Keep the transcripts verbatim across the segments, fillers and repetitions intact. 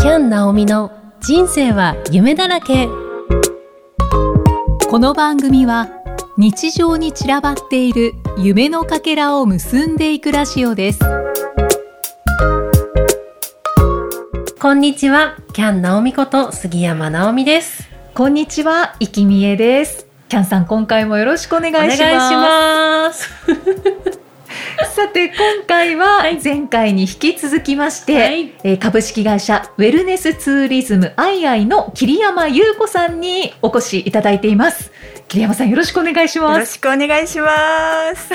キャン・ナオミの人生は夢だらけ。 この番組は日常に散らばっている夢のかけらを結んでいくラジオです。 こんにちは、キャン・ナオミこと杉山直美です。 こんにちは、生きみえです。キャンさん、今回もよろしくお願いします。 お願いしますさて、今回は前回に引き続きまして、はい、えー、株式会社ウェルネスツーリズムアイアイの桐山優子さんにお越しいただいています。桐山さん、よろしくお願いします。 よろしくお願いします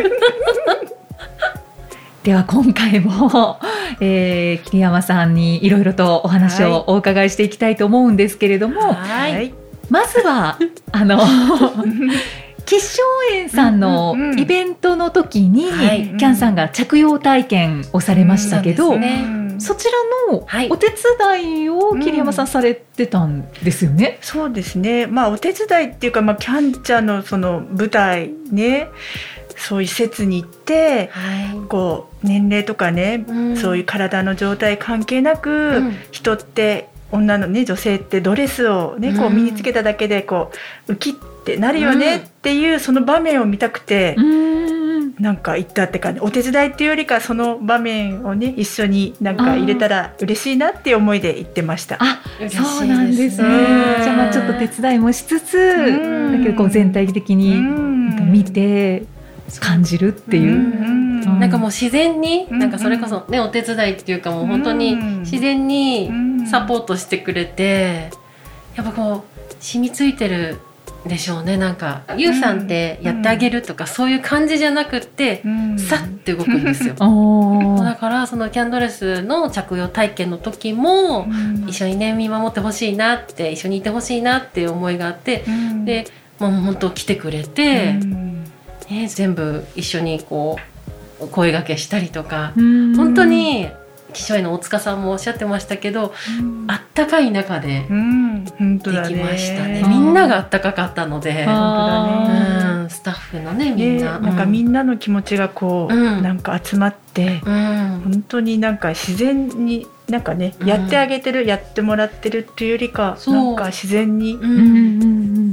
では今回も、えー、桐山さんにいろいろとお話をお伺いしていきたいと思うんですけれども、 はい、 まずはあの吉祥園さんのイベントの時に、うんうんうん、キャンさんが着用体験をされましたけど、うん、 そ, ね、そちらのお手伝いを桐山さんされてたんですよね。 うん、そうですね、まあ、お手伝いっていうか、まあ、キャンちゃんのその舞台ね、そういう施設に行って、はい、こう年齢とかね、うん、そういう体の状態関係なく、うん、人って女の、ね、女性ってドレスを、ね、こう身につけただけでこうウキってなるよねっていう、その場面を見たくて、うん、なんか行ったって感じ。お手伝いっていうよりかその場面をね一緒になんか入れたら嬉しいなっていう思いで行ってました。 あ、そうなんですね。じゃあまあちょっと手伝いもしつつ、だけどこう全体的になんか見て感じるっていう、うん、 なんかもう自然に、なんかそれこそね、お手伝いっていうかもう本当に自然にサポートしてくれて、やっぱこう染みついてるでしょうね。なんかゆうさんってやってあげるとか、そういう感じじゃなくって、さって動くんですよだからそのキャンドレスの着用体験の時も一緒にね見守ってほしいなって、一緒にいてほしいなっていう思いがあって、でもう本当来てくれて、ね、全部一緒にこう声掛けしたりとか、本当に気象医の大塚さんもおっしゃってましたけど、あったかい中でできましたね。みんながあったかかったので、本当だね、うん、スタッフのねみんな、 ね、なんかみんなの気持ちがこう、うん、なんか集まって、うん、本当になんか自然になんかね、うん、やってあげてる、やってもらってるっていうよりか、なんか自然に、うん、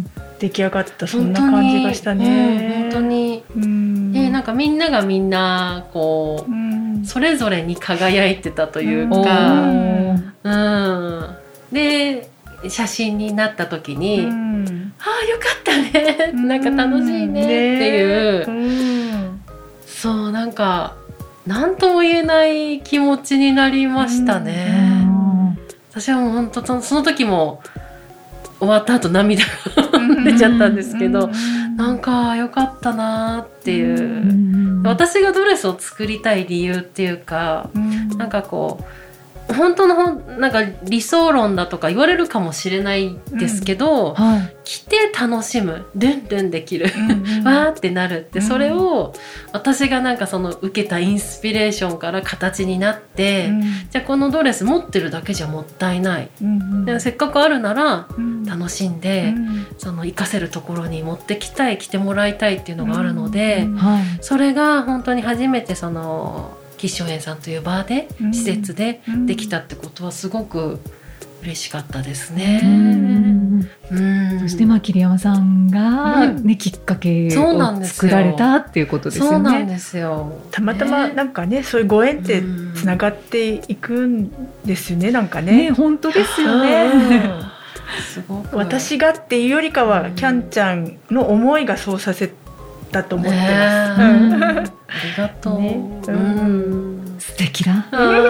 出来上がった、そんな感じがしたね。 本当に、うん、でなんかみんながみんなこう、うん、それぞれに輝いてたというか、うんうん、で写真になった時に、うん、ああよかったね、なんか楽しいねっていう、うん、そうなんか何とも言えない気持ちになりましたね。うん、私はもう本当その時も終わった後涙が出ちゃったんですけど、なんか良かったなっていう、私がドレスを作りたい理由っていうか、なんかこう本当のほんなんか理想論だとか言われるかもしれないですけど、うんはい、着て楽しむ、ルンルンできる、うんうん、わーってなるって、それを私がなんかその受けたインスピレーションから形になって、うん、じゃあこのドレス持ってるだけじゃもったいない、うんうん、せっかくあるなら楽しんで、うん、その活かせるところに持ってきたい、着てもらいたいっていうのがあるので、うんはい、それが本当に初めてその吉祥園さんというバーで、うん、施設でできたってことはすごく嬉しかったですね。うんうん、そしてまあ桐山さんが、ねうん、きっかけを作られたっていうことですよね。 そうなんですよ。 たまたまなんかね、そういうご縁ってつながっていくんですよね。なんかね、 ね、本当ですよね。 すごく私がっていうよりかは、うん、キャンちゃんの思いがそうさせだと思ってます、ね、 ありがとう、ねうん、 素敵だ、 ね、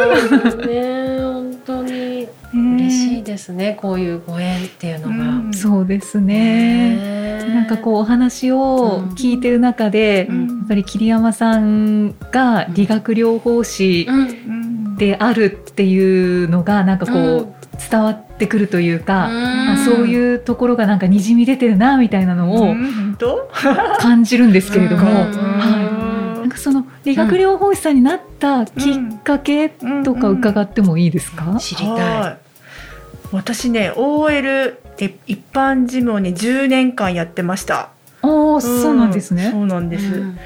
本当に嬉しいですね、こういうご縁っていうのが、うん、 そうですね。なんかこうお話を聞いてる中で、うん、やっぱり桐山さんが理学療法士であるっていうのがなんかこう、うん伝わってくるというか、うん、そういうところがなんかにじみ出てるなみたいなのを感じるんですけれども、はい、なんかその理学療法士さんになったきっかけとか伺ってもいいですか？うんうん、 知りたい。 私ね オーエル 一般事務をねじゅうねんかんやってました。 あ、うん、そうなんですね。 そうなんです、うん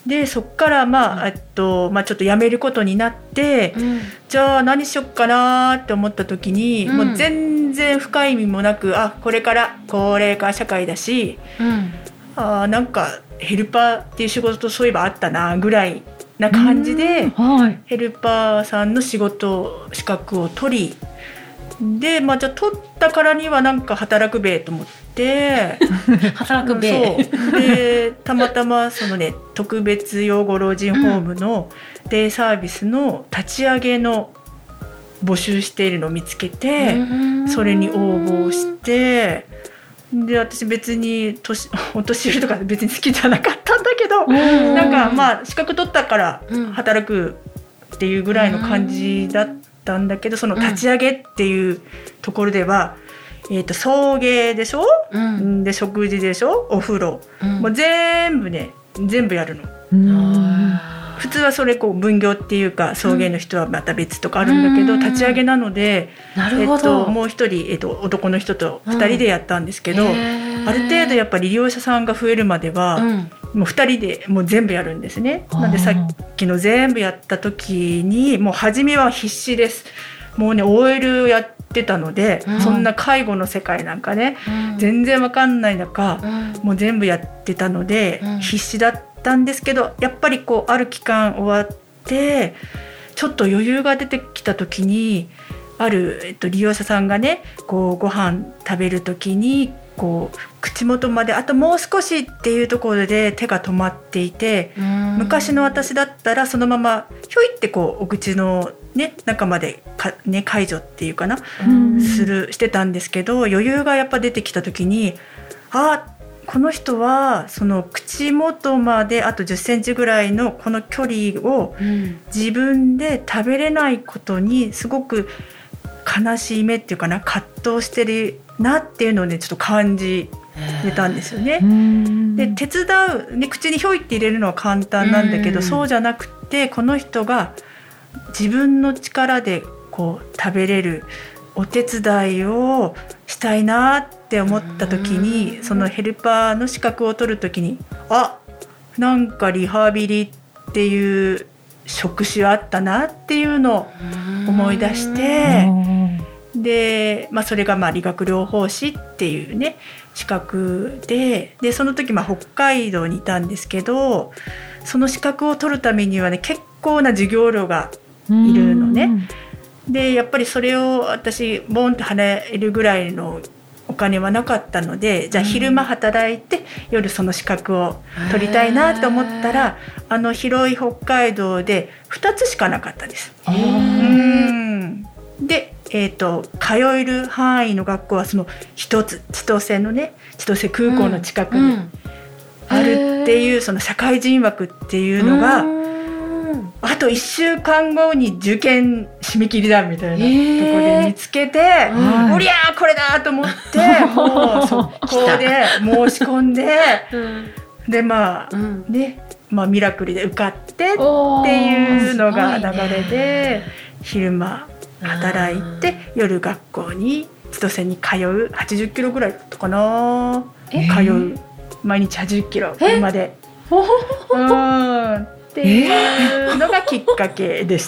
でそっからまあ、えっとまあ、ちょっと辞めることになって、うん、じゃあ何しよっかなって思った時に、うん、もう全然深い意味もなく、あこれから高齢化社会だし、うん、あなんかヘルパーっていう仕事そういえばあったなぐらいな感じで、はい、ヘルパーさんの仕事資格を取りで、まあ、じゃあ取ったからにはなんか働くべと思って働くべそうでたまたまそのね特別養護老人ホームのデイサービスの立ち上げの募集しているのを見つけて、うん、それに応募してで私別に年お年寄りとか別に好きじゃなかったんだけど、うん、なんかまあ資格取ったから働くっていうぐらいの感じだったんだけど、その立ち上げっていうところでは、えーと、送迎でしょ、うん、で食事でしょお風呂、うん、もう全部ね全部やるの、うん、普通はそれこう分業っていうか送迎の人はまた別とかあるんだけど、うん、立ち上げなので、なるほど、えーと、もう一人、えーと、男の人とふたりでやったんですけど、うん、ある程度やっぱり利用者さんが増えるまでは、うん、もうふたりでもう全部やるんですね。なんでさっきの全部やった時にもう初めは必死です。もうね オーエル やってたので、うん、そんな介護の世界なんかね、うん、全然わかんない中、うん、もう全部やってたので、うん、必死だったんですけど、やっぱりこうある期間終わってちょっと余裕が出てきた時にある、えっと、利用者さんがねこうご飯食べる時にこう口元まであともう少しっていうところで手が止まっていて、昔の私だったらそのままひょいってこうお口の、ね、中までか、ね、解除っていうかなするしてたんですけど、余裕がやっぱ出てきた時にあこの人はその口元まであとじゅっセンチぐらいのこの距離を自分で食べれないことにすごく悲しい目っていうかな葛藤してるなっていうのをねちょっと感じてたんですよね。で手伝う、ね、口にひょいって入れるのは簡単なんだけど、そうじゃなくてこの人が自分の力でこう食べれるお手伝いをしたいなって思った時に、そのヘルパーの資格を取る時にあなんかリハビリっていう職種あったなっていうのを思い出して、で、まあ、それがまあ理学療法士っていうね資格で、でその時まあ北海道にいたんですけど、その資格を取るためにはね結構な授業料がいるのね。でやっぱりそれを私ボンって払えるぐらいのお金はなかったので、じゃあ昼間働いて夜その資格を取りたいなと思ったら、あの広い北海道でふたつしかなかったです。うんで、えーと、通える範囲の学校はそのひとつ千歳のね千歳空港の近くにあるっていう、うんうん、その社会人枠っていうのがあといっしゅうかんごに受験締め切りだみたいなところで見つけて、おりゃーこれだと思ってもう速攻で申し込んで、うん、でまあ、うん、ねまあミラクルで受かってっていうのが流れで、昼間働いて夜学校に千歳に通うはちじゅっキロぐらいだったかな、通う毎日はちじゅっキロ車でうんっていうのがきっかけでした。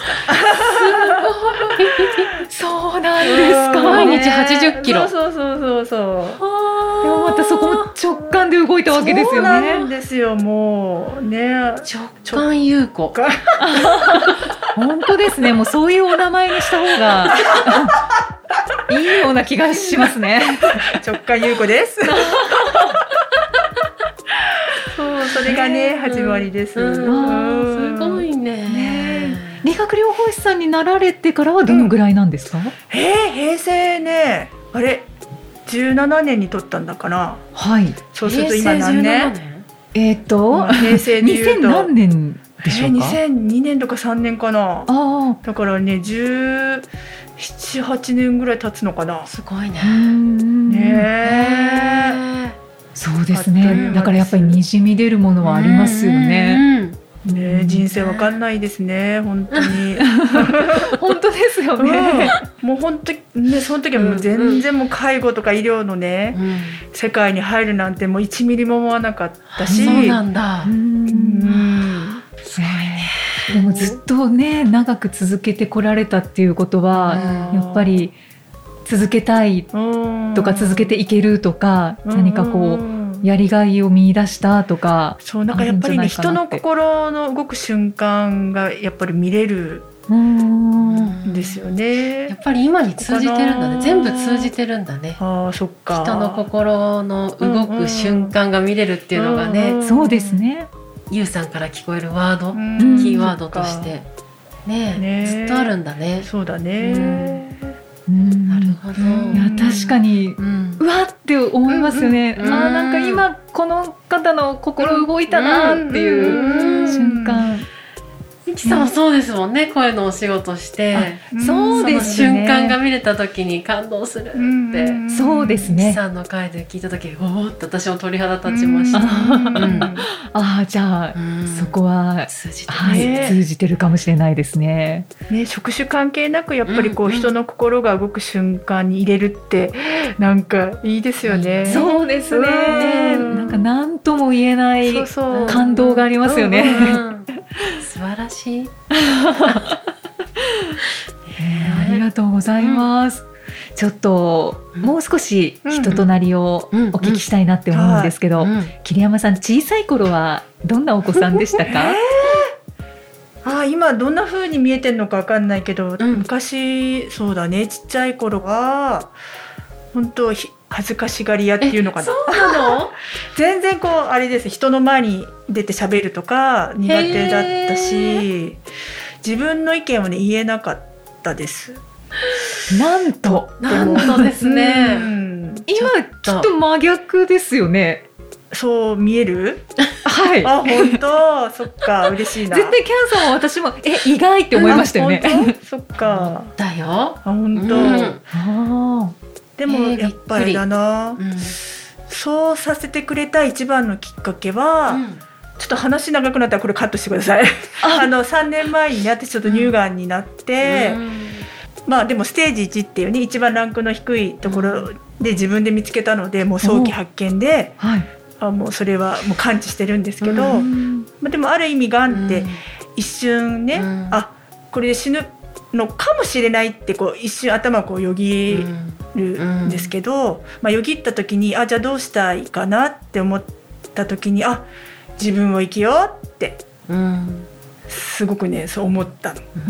そうなんですか。 毎日はちじゅっキロ。 そうそうそうそう。 でもまたそこも直感で動いたわけですよね。 そうなんですよ。もうね直感優子。 本当ですね。もうそういうお名前にした方がいいような気がしますね。 直感優子です。そうそれがね始まりです。 うんうん、すごい ね, ね理学療法士さんになられてからはどのぐらいなんですか？うん、 えー、平成ねあれじゅうななねんに取ったんだかな。 はい。 そうすると今何年？ えっ、ー、と、うん、 平成でいうとにせん何年でしょうか？ にせんにねんとかさんねんかな。 あだからねじゅうなな、はちねんぐらい経つのかな。 すごいね。 ねえ。 そうですね。だからやっぱりにじみ出るものはありますよね。 ね、人生わかんないですね本当に。 本当ですよね。 うん、もう本当にねその時はもう全然もう介護とか医療のね、うん、世界に入るなんてもういちミリも思わなかったし。 そうなんだ。 うんすごいね。 でもずっとね長く続けてこられたっていうことはやっぱり続けたいとか続けていけるとか何かこうやりがいを見出したとか、 そうなんかやっぱりね人の心の動く瞬間がやっぱり見れるんですよね。 やっぱり今に通じてるんだね。全部通じてるんだね。 あ、そっか。 人の心の動く瞬間が見れるっていうのがね、 うんうん、そうですね。 ゆうさんから聞こえるワード、キーワードとしてね、ねずっとあるんだね。 そうだね。 うん、なるほど。 いや確かに、うん、うわって思いますよね。うんうん、あなんか今この方の心動いたなっていう瞬間。 みきさんもそうですもんね。声のお仕事して、 そうですね。 その瞬間が見れた時に感動するって、うん、 そうですね。 みきさんの回で聞いた時、おおって私も鳥肌立ちました。うんうん、 ああじゃあ、うん、そこは通じてる、 はい、通じてるかもしれないですね。 ね、職種関係なくやっぱりこう、うんうん、人の心が動く瞬間に入れるってなんかいいですよね。 そうですね。なんか何とも言えない感動がありますよね。 うんうん素晴らしい、えー、ありがとうございます、うん、ちょっともう少し人となりをお聞きしたいなって思うんですけど、うんうんうん、桐山さん小さい頃はどんなお子さんでしたか？えー、あ今どんな風に見えてるのか分かんないけど、うん、昔そうだねちっちゃい頃は本当恥ずかしがり屋っていうのかな。 そうなの？ 全然こうあれです人の前に出て喋るとか苦手だったし自分の意見をね言えなかったです。 なんとなんとですね、うん、 今きっと真逆ですよね。 そう見える？ はい。 あ本当そっか嬉しいな。 絶対キャンさんも私もえ意外って思いましたよね。 そっかだよ。 あ本当、うん、あでもやっぱりだな、うん、そうさせてくれた一番のきっかけは、うん、ちょっと話長くなったらこれカットしてください。あのさんねんまえにね私ちょっと乳がんになって、うん、まあでもステージいちっていうね一番ランクの低いところで自分で見つけたのでもう早期発見で、はい、あもうそれはもう完治してるんですけど、うん、まあ、でもある意味がんって一瞬ね、うん、あこれで死ぬのかもしれないってこう一瞬頭をこうよぎるんですけど、うんまあ、よぎった時にあじゃあどうしたいかなって思った時にあ自分を生きようって、うん、すごくねそう思ったの、うん、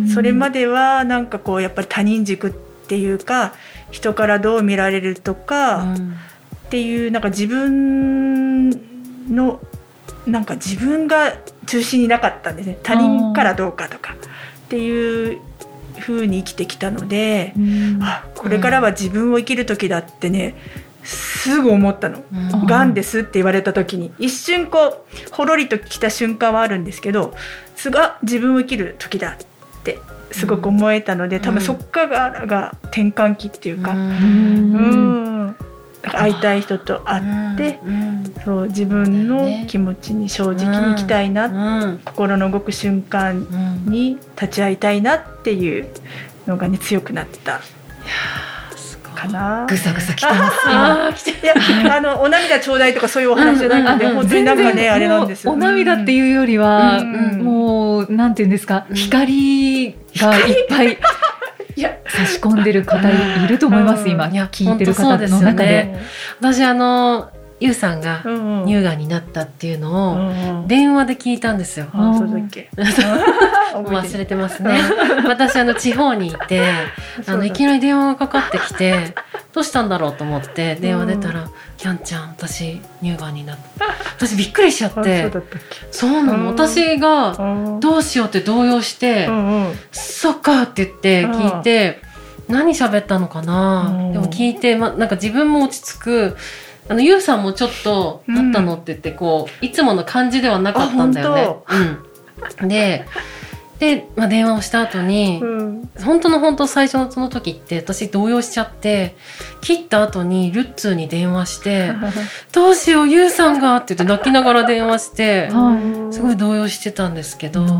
それまではなんかこうやっぱり他人軸っていうか人からどう見られるとか、うん、っていうなんか自分のなんか自分が中心になかったんですね。他人からどうかとかっていう風に生きてきたので、うん、あこれからは自分を生きる時だってねすぐ思ったの、うん、がんですって言われた時に一瞬こうほろりと来た瞬間はあるんですけどすぐ自分を生きる時だってすごく思えたので、うん、多分そっからが転換期っていうか、うんうん会いたい人と会って、うん、そう自分の気持ちに正直に生きたいな、うん、心の動く瞬間に立ち会いたいなっていうのがね強くなったかな。 ぐさぐさきてますいやあのお涙ちょうだいとかそういうお話じゃないので、うんうん、本当になんかねあれなんですよ。 お涙っていうよりは、うんうん、もうなんていうんですか、うん、光がいっぱいいや差し込んでる方いると思います、うん、今聞いてる方の中で、ね、 私あのゆうさんが乳がんになったっていうのを電話で聞いたんですよ、 うんうん、そうだっけ忘れてますね私あの地方にいてあのいきなり電話がかかってきてどうしたんだろうと思って電話出たら、うん、キャンちゃん私乳がんになった私びっくりしちゃってそうだったっけそうなの私がどうしようって動揺してうんうん、そっかって言って聞いて何喋ったのかなでも聞いて、ま、なんか自分も落ち着くあのゆうさんもちょっとなったのって言ってこういつもの感じではなかったんだよね、うん、でで、まあ、電話をした後に、うん、本当の本当最初のその時って私動揺しちゃって切った後にルッツーに電話してどうしようゆうさんがって言って泣きながら電話してすごい動揺してたんですけど、うん、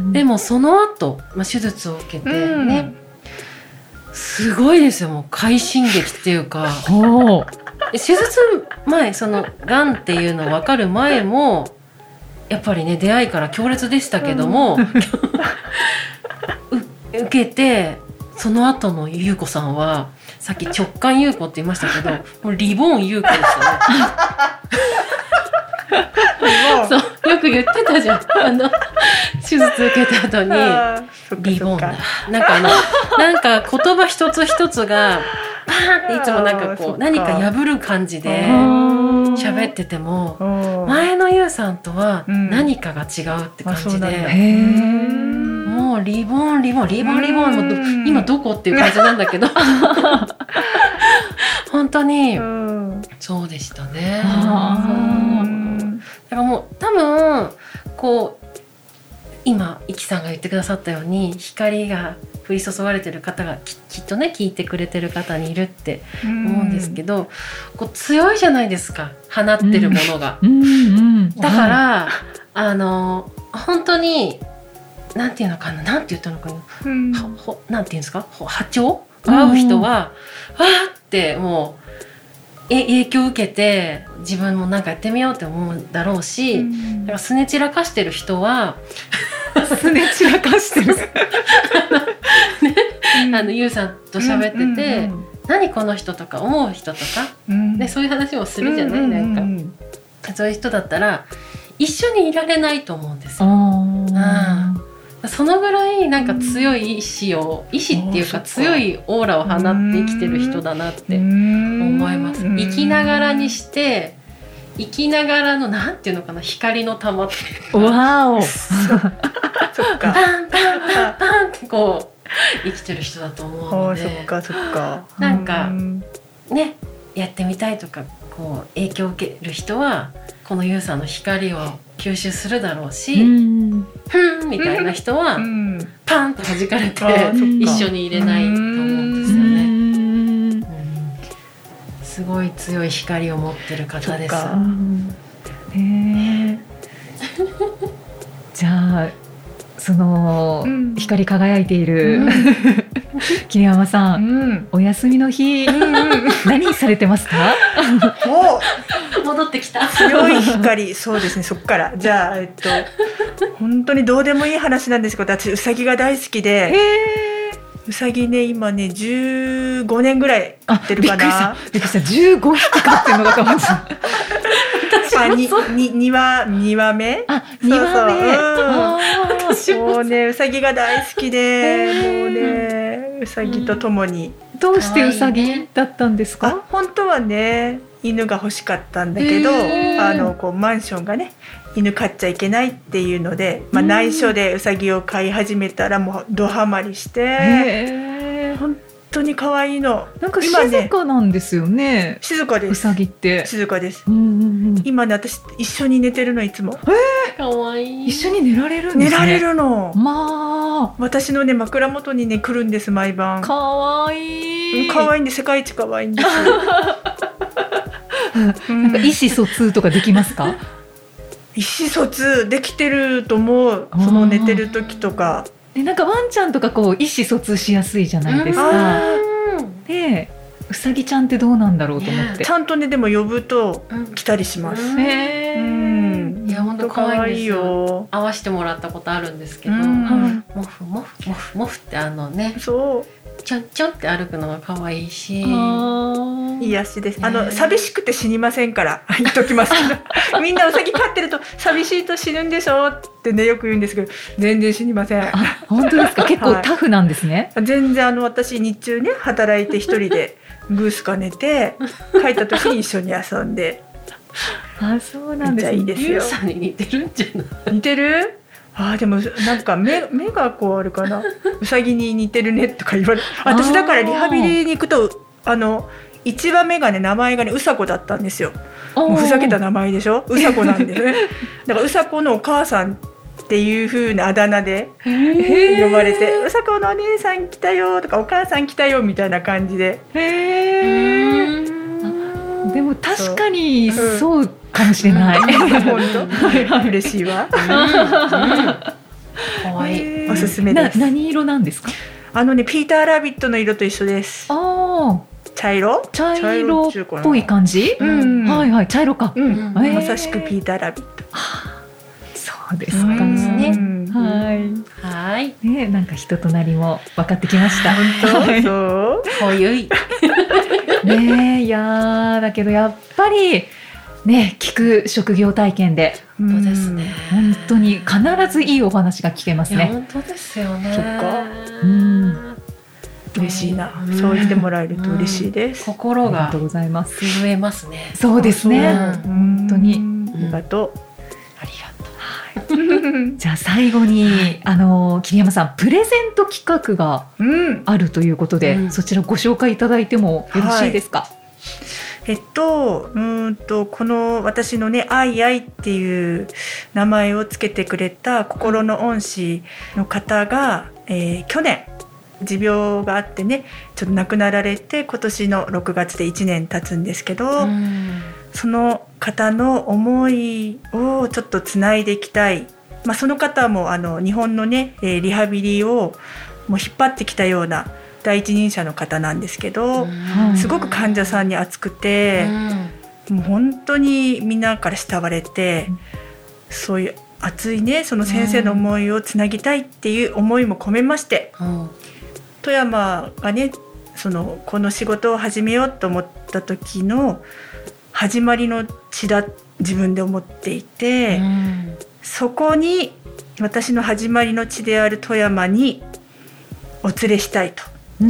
でもその後、まあ、手術を受けてね、うん、すごいですよもう快進撃っていうか手術前そのがんっていうの分かる前もやっぱりね出会いから強烈でしたけども、うん、受けてその後の優子さんはさっき直感優子って言いましたけどもうリボン優子でしたねそうよく言ってたじゃんあの手術受けた後にリボンだなんかあのなんか言葉一つ一つがパーンっていつもなんかこう何か破る感じで喋ってても前の優さんとは何かが違うって感じで、うん、もうリボンリボンリボンリボンもう今どこっていう感じなんだけど本当にそうでしたね。だからもう多分こう今イキさんが言ってくださったように光が降り注がれてる方が き, きっとね聞いてくれてる方にいるって思うんですけど、こう強いじゃないですか放ってるものが、うんうんうん、だから、はい、あの本当になんていうのかななんて言ったのかな、うん、ほなんていうんですか波長が合う人は、うん、わーってもうえ影響を受けて自分もなんかやってみようって思うんだろうし、うん、だからすね散らかしてる人はすね散らかしてるね、 うん、あのゆうさんと喋ってて、うんうんうん、何この人とか思う人とか、うん、でそういう話もするじゃない、うんうんうん、なんかそういう人だったら一緒にいられないと思うんですよ、うん、そのぐらいなんか強い意志を意志っていうか強いオーラを放って生きてる人だなって思います。生きながらにして生きながらのなんていうのかな光の玉ってわおそっかパンパンパンパンってこう生きてる人だと思うので、 そっかそっかなんかねやってみたいとかこう影響を受ける人はこのゆうさんの光を吸収するだろうし、うんふんみたいな人は、うん、パンって弾かれて一緒に入れないと思うんですよね、うんうん、すごい強い光を持ってる方です。 へじゃあその、うん、光り輝いている、うん、桐山さん、うん、お休みの日、うんうん、何されてますか？ もう戻ってきた強い光そうですねそっからじゃあ、えっと、本当にどうでもいい話なんですけど私うさぎが大好きでうさぎね今ねじゅうごねんぐらい飼ってるかな。 びっくりしたびっくりしたじゅうごひき飼ってるのがかもしれないあにににわにわめあにわめそうもうねうさぎが大好きでもうねうさぎとともに、 うん、どうしてうさぎだったんですか？ あ本当はね犬が欲しかったんだけどあのこうマンションがね犬飼っちゃいけないっていうので、まあ、内緒でうさぎを飼い始めたらもうドハマりして本当に可愛いの。 なんか静かなんですよね。 ね静かです。 うさぎって静かです、うんうんうん、今ね私一緒に寝てるのいつも。 えー、可愛い。 一緒に寝られるんですね。 寝られるの。 まあ私のね枕元にね来るんです毎晩。 可愛い。 可愛いんで世界一可愛いんですなんか意思疎通とかできますか？ 意思疎通できてると思う。その寝てる時とかでなんかワンちゃんとかこう意思疎通しやすいじゃないですか。でうさぎちゃんってどうなんだろうと思って、 ちゃんとねでも呼ぶと来たりします。 へー、 うん、 いや本当可愛いんですよ。会わせてもらったことあるんですけど、モフモフモフモフってあのねそうちょんちょんって歩くのが可愛いし癒しです。あの寂しくて死にませんから言っときますけどみんなうさぎ飼ってると寂しいと死ぬんでしょってねよく言うんですけど全然死にません。 あ本当ですか？結構タフなんですね、 はい、全然あの私日中ね働いて一人でグースか寝て帰った時に一緒に遊んであそうなんですね。 いいですよ。 ゆうさんに似てるんじゃない？ 似てる？あでもなんか 目, 目がこうあるかなうさぎに似てるねとか言われ私だからリハビリに行くとあの一番目がね名前がねうさこだったんですよ。もうふざけた名前でしょうさこなんですねだからうさこのお母さんっていう風なあだ名で呼ばれてうさこのお姉さん来たよとかお母さん来たよみたいな感じで。 へーでも確かにそうかもしれない、うん、 本当嬉しいわ、うんうん、かわいい。おすすめです。 な何色なんですか？ あのねピーターラビットの色と一緒です。 あ茶色茶色っぽい感じ、うん、はいはい茶色か、 うん、まさしくピーターラビット、 はあ、 そうですかね。 はい。 はい。 ね、なんか人となりも分かってきました。 本当そう。 こういうね、いやだけどやっぱりね、聞く職業体験で本当ですね。 本当に必ずいいお話が聞けますね。 本当ですよね。 そっか。 うん。 嬉しいな、うん、そう言ってもらえると嬉しいです、 うん、心が震えますね。 そうですね、うん、本当に、 うん、ありがとう、 ありがとう、 はい、じゃあ最後に、はい、あの桐山さんプレゼント企画があるということで、うん、そちらご紹介いただいてもよろしいですか？はい、 えっと、うんとこの私のねアイアイっていう名前をつけてくれた心の恩師の方が、えー、去年持病があってねちょっと亡くなられて今年のろくがつでいちねん経つんですけど、うん、その方の思いをちょっとつないでいきたい、まあ、その方もあの日本のねリハビリをもう引っ張ってきたような第一人者の方なんですけど、うん、すごく患者さんに熱くて、うん、もう本当にみんなから慕われて、うん、そういう熱いねその先生の思いをつなぎたいっていう思いも込めまして、うん富山がねそのこの仕事を始めようと思った時の始まりの地だ自分で思っていて、うん、そこに私の始まりの地である富山にお連れしたいと、うん、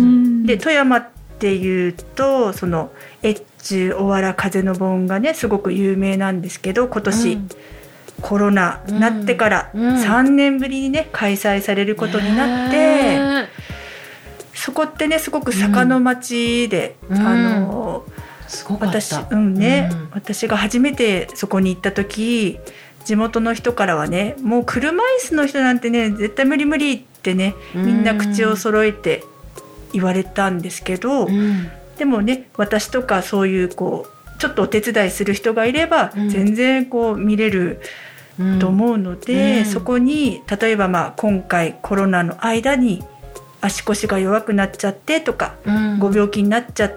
で富山っていうとその越中おわら風の盆がねすごく有名なんですけど今年、うん、コロナになってからさんねんぶりにね開催されることになって、そこってねすごく坂の町で、うん、あのすごかった。 私、うんねうん、私が初めてそこに行った時地元の人からはねもう車椅子の人なんてね絶対無理無理ってねみんな口を揃えて言われたんですけど、うん、でもね私とかそういうこうちょっとお手伝いする人がいれば、うん、全然こう見れると思うので、うん、そこに例えばまあ今回コロナの間に足腰が弱くなっちゃってとか、うん、ご病気になっちゃって、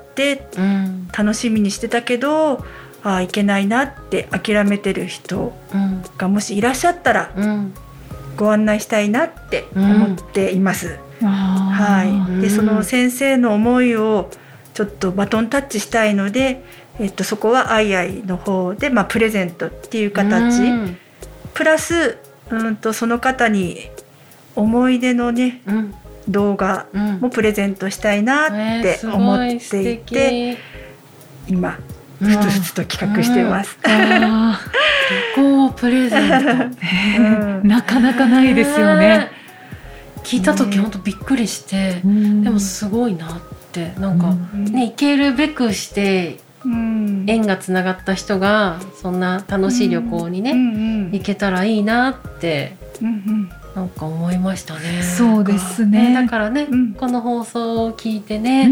うん、楽しみにしてたけどあいけないなって諦めてる人がもしいらっしゃったら、うん、ご案内したいなって思っています、うん、はい、でその先生の思いをちょっとバトンタッチしたいので、えっと、そこはアイアイの方で、まあ、プレゼントっていう形、うん、プラスうんとその方に思い出のね、うん動画もプレゼントしたいなって思っていて、うん、今ふつふつと企画してます、うん、 あこうプレゼント、 ねうん、なかなかないですよね。 聞いた時本当びっくりして、うん、でもすごいなってなんか、うんね、行けるべくして縁がつながった人がそんな楽しい旅行にね、うんうん、行けたらいいなって、うんうんなんか思いましたね。 そうですね。 だからね、うん、この放送を聞いてね、うん、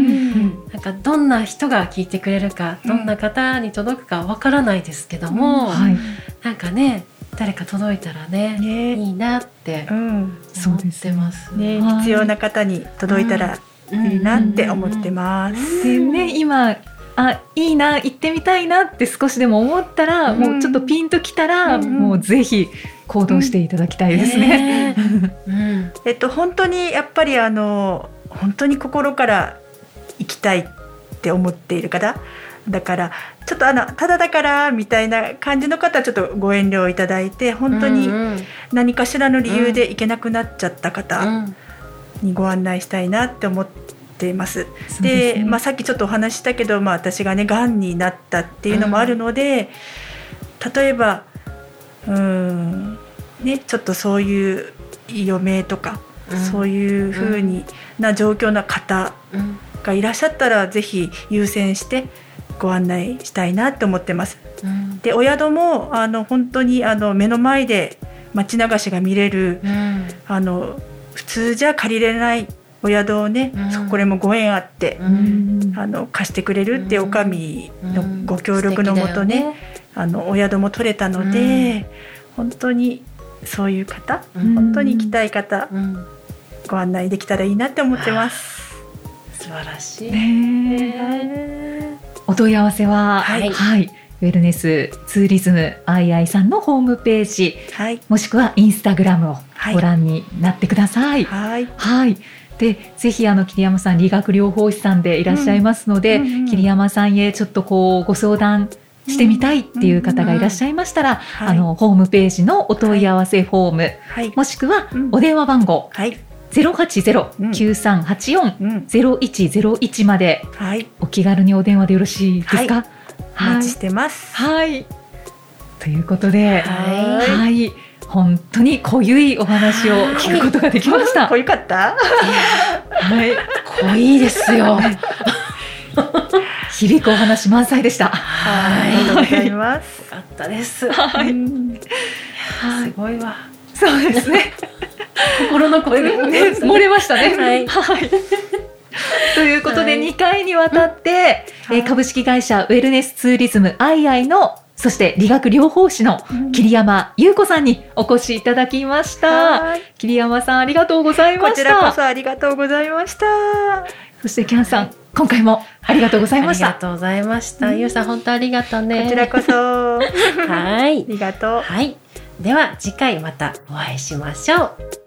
なんかどんな人が聞いてくれるか、うん、どんな方に届くかわからないですけども、うんはい、なんかね誰か届いたら ね, ねいいなって思ってます、 ねね、必要な方に届いたらいいなって思ってます。 でね今あいいな行ってみたいなって少しでも思ったら、うん、もうちょっとピンときたら、うん、もうぜひ行動していただきたいですね、 うんうんえっと、本当にやっぱりあの本当に心から行きたいって思っている方だからちょっとあのただだからみたいな感じの方はちょっとご遠慮いただいて本当に何かしらの理由で行けなくなっちゃった方にご案内したいなって思ってています。で、で、ねまあ、さっきちょっとお話したけど、まあ、私がねがんになったっていうのもあるので、うん、例えばうーん、ね、ちょっとそういう余命とか、うん、そういう風にな状況な方がいらっしゃったら、うん、ぜひ優先してご案内したいなって思ってます、うん、でお宿もあの本当にあの目の前で街流しが見れる、うん、あの普通じゃ借りれないお宿をね、うん、これもご縁あって、うん、あの貸してくれるっておかみのご協力のもとね、うんねあのお宿も取れたので、うん、本当にそういう方、うん、本当に行きたい方、うん、ご案内できたらいいなって思ってます。 素晴らしい、 ね、お問い合わせは、はいはい、ウウェルネスツーリズムアイアイさんのホームページ、 はい、 もしくはインスタグラムをご覧になってください。 はい、 はい、でぜひあの桐山さん理学療法士さんでいらっしゃいますので、うんうんうん、桐山さんへちょっとこうご相談してみたいっていう方がいらっしゃいましたら、うんうんうん、あのホームページのお問い合わせフォーム、はい、もしくはお電話番号、はい、ゼロはちゼロ きゅうさんはちよん ゼロいちゼロいちまで、はい、お気軽にお電話でよろしいですか？はい、 お待ちしてます。 はい、ということで、はい、はい、本当に濃ゆいお話を聞くことができました。 濃ゆかった？ はい、 濃いですよ。 響くお話満載でした。 はい、ありがとうございます。 よかったです。 はい、 すごいわ。 そうですね。 心の声が、ね、 漏れましたね。 はい。 はい、ということでにかいにわたって、はい、株式会社ウェルネスツーリズムアイアイのそして理学療法士の桐山優子さんにお越しいただきました。はい、桐山さんありがとうございました。 こちらこそありがとうございました。 そしてキャンさん今回もありがとうございました。 ありがとうございました。ゆうさん本当ありがとうね。 こちらこそはい、 ありがとう。 はい、では次回またお会いしましょう。